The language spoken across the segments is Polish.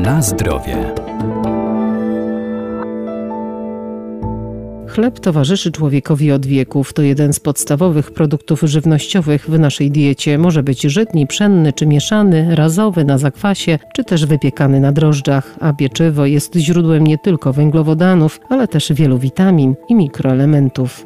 Na zdrowie. Chleb towarzyszy człowiekowi od wieków. To jeden z podstawowych produktów żywnościowych w naszej diecie. Może być żytni, pszenny czy mieszany, razowy na zakwasie, czy też wypiekany na drożdżach. A pieczywo jest źródłem nie tylko węglowodanów, ale też wielu witamin i mikroelementów.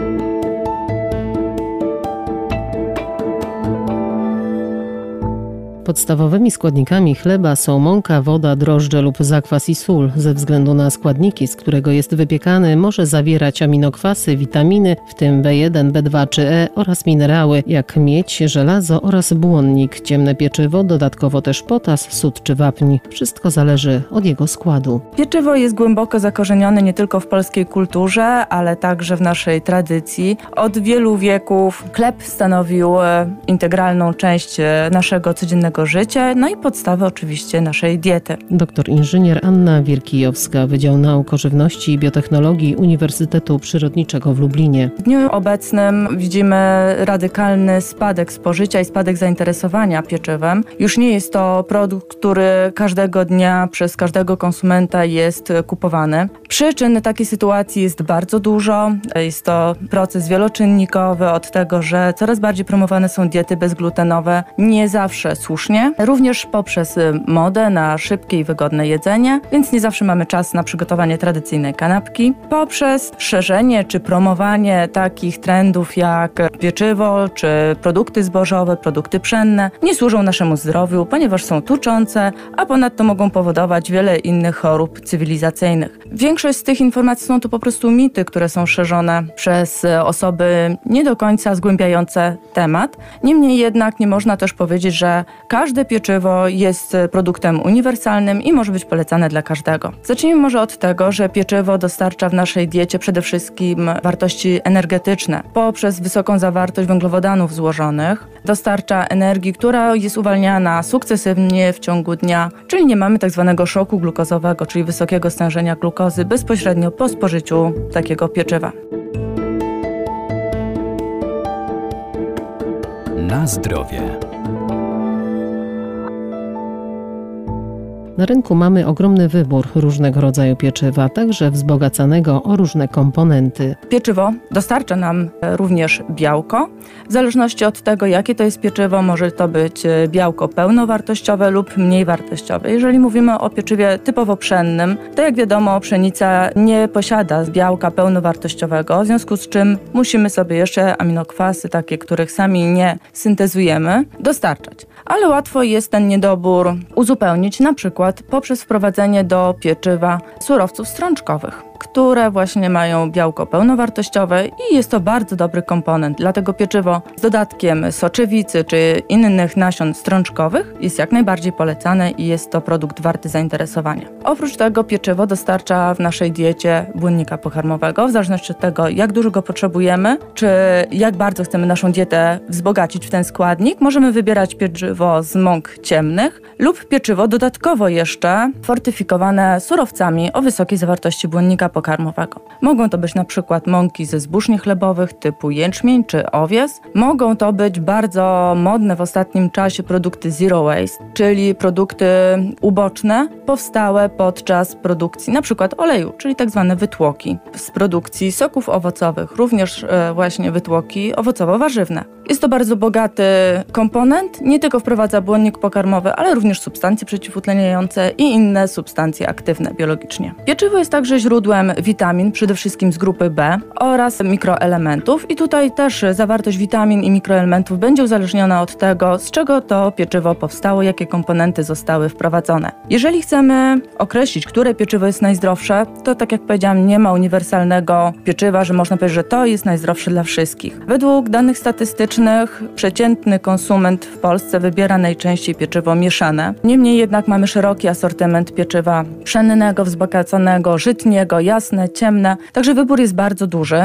Podstawowymi składnikami chleba są mąka, woda, drożdże lub zakwas i sól. Ze względu na składniki, z którego jest wypiekany, może zawierać aminokwasy, witaminy, w tym B1, B2 czy E oraz minerały jak miedź, żelazo oraz błonnik. Ciemne pieczywo, dodatkowo też potas, sód czy wapń. Wszystko zależy od jego składu. Pieczywo jest głęboko zakorzenione nie tylko w polskiej kulturze, ale także w naszej tradycji. Od wielu wieków chleb stanowił integralną część naszego codziennego życia, no i podstawę oczywiście naszej diety. Doktor inżynier Anna Wierkijowska, Wydział Nauk o Żywności i Biotechnologii Uniwersytetu Przyrodniczego w Lublinie. W dniu obecnym widzimy radykalny spadek spożycia i spadek zainteresowania pieczywem. Już nie jest to produkt, który każdego dnia przez każdego konsumenta jest kupowany. Przyczyn takiej sytuacji jest bardzo dużo. Jest to proces wieloczynnikowy od tego, że coraz bardziej promowane są diety bezglutenowe, nie zawsze słusznie, również poprzez modę na szybkie i wygodne jedzenie, więc nie zawsze mamy czas na przygotowanie tradycyjnej kanapki, poprzez szerzenie czy promowanie takich trendów jak pieczywo czy produkty zbożowe, produkty pszenne, nie służą naszemu zdrowiu, ponieważ są tuczące, a ponadto mogą powodować wiele innych chorób cywilizacyjnych. Większość z tych informacji są to po prostu mity, które są szerzone przez osoby nie do końca zgłębiające temat. Niemniej jednak nie można też powiedzieć, że każde pieczywo jest produktem uniwersalnym i może być polecane dla każdego. Zacznijmy może od tego, że pieczywo dostarcza w naszej diecie przede wszystkim wartości energetyczne. Poprzez wysoką zawartość węglowodanów złożonych dostarcza energii, która jest uwalniana sukcesywnie w ciągu dnia, czyli nie mamy tak zwanego szoku glukozowego, czyli wysokiego stężenia glukozy bezpośrednio po spożyciu takiego pieczywa. Na zdrowie. Na rynku mamy ogromny wybór różnego rodzaju pieczywa, także wzbogacanego o różne komponenty. Pieczywo dostarcza nam również białko. W zależności od tego, jakie to jest pieczywo, może to być białko pełnowartościowe lub mniej wartościowe. Jeżeli mówimy o pieczywie typowo pszennym, to jak wiadomo, pszenica nie posiada białka pełnowartościowego, w związku z czym musimy sobie jeszcze aminokwasy, takie, których sami nie syntezujemy, dostarczać. Ale łatwo jest ten niedobór uzupełnić, na przykład poprzez wprowadzenie do pieczywa surowców strączkowych, które właśnie mają białko pełnowartościowe i jest to bardzo dobry komponent. Dlatego pieczywo z dodatkiem soczewicy czy innych nasion strączkowych jest jak najbardziej polecane i jest to produkt warty zainteresowania. Oprócz tego pieczywo dostarcza w naszej diecie błonnika pokarmowego. W zależności od tego, jak dużo go potrzebujemy, czy jak bardzo chcemy naszą dietę wzbogacić w ten składnik, możemy wybierać pieczywo z mąk ciemnych lub pieczywo dodatkowo jeszcze fortyfikowane surowcami o wysokiej zawartości błonnika pokarmowego. Mogą to być na przykład mąki ze zbóż niechlebowych typu jęczmień czy owies. Mogą to być bardzo modne w ostatnim czasie produkty zero waste, czyli produkty uboczne powstałe podczas produkcji na przykład oleju, czyli tak zwane wytłoki. Z produkcji soków owocowych, również właśnie wytłoki owocowo-warzywne. Jest to bardzo bogaty komponent, nie tylko wprowadza błonnik pokarmowy, ale również substancje przeciwutleniające i inne substancje aktywne biologicznie. Pieczywo jest także źródłem witamin, przede wszystkim z grupy B oraz mikroelementów i tutaj też zawartość witamin i mikroelementów będzie uzależniona od tego, z czego to pieczywo powstało, jakie komponenty zostały wprowadzone. Jeżeli chcemy określić, które pieczywo jest najzdrowsze, to tak jak powiedziałam, nie ma uniwersalnego pieczywa, że można powiedzieć, że to jest najzdrowsze dla wszystkich. Według danych statystycznych przeciętny konsument w Polsce wybiera najczęściej pieczywo mieszane. Niemniej jednak mamy szeroki asortyment pieczywa pszennego, wzbogaconego, żytniego, jasne, ciemne, także wybór jest bardzo duży.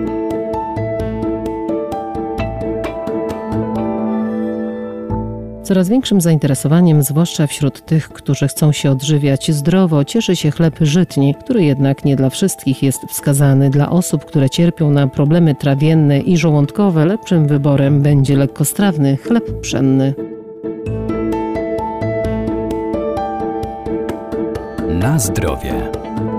Coraz większym zainteresowaniem, zwłaszcza wśród tych, którzy chcą się odżywiać zdrowo, cieszy się chleb żytni, który jednak nie dla wszystkich jest wskazany. Dla osób, które cierpią na problemy trawienne i żołądkowe, lepszym wyborem będzie lekkostrawny chleb pszenny. Na zdrowie.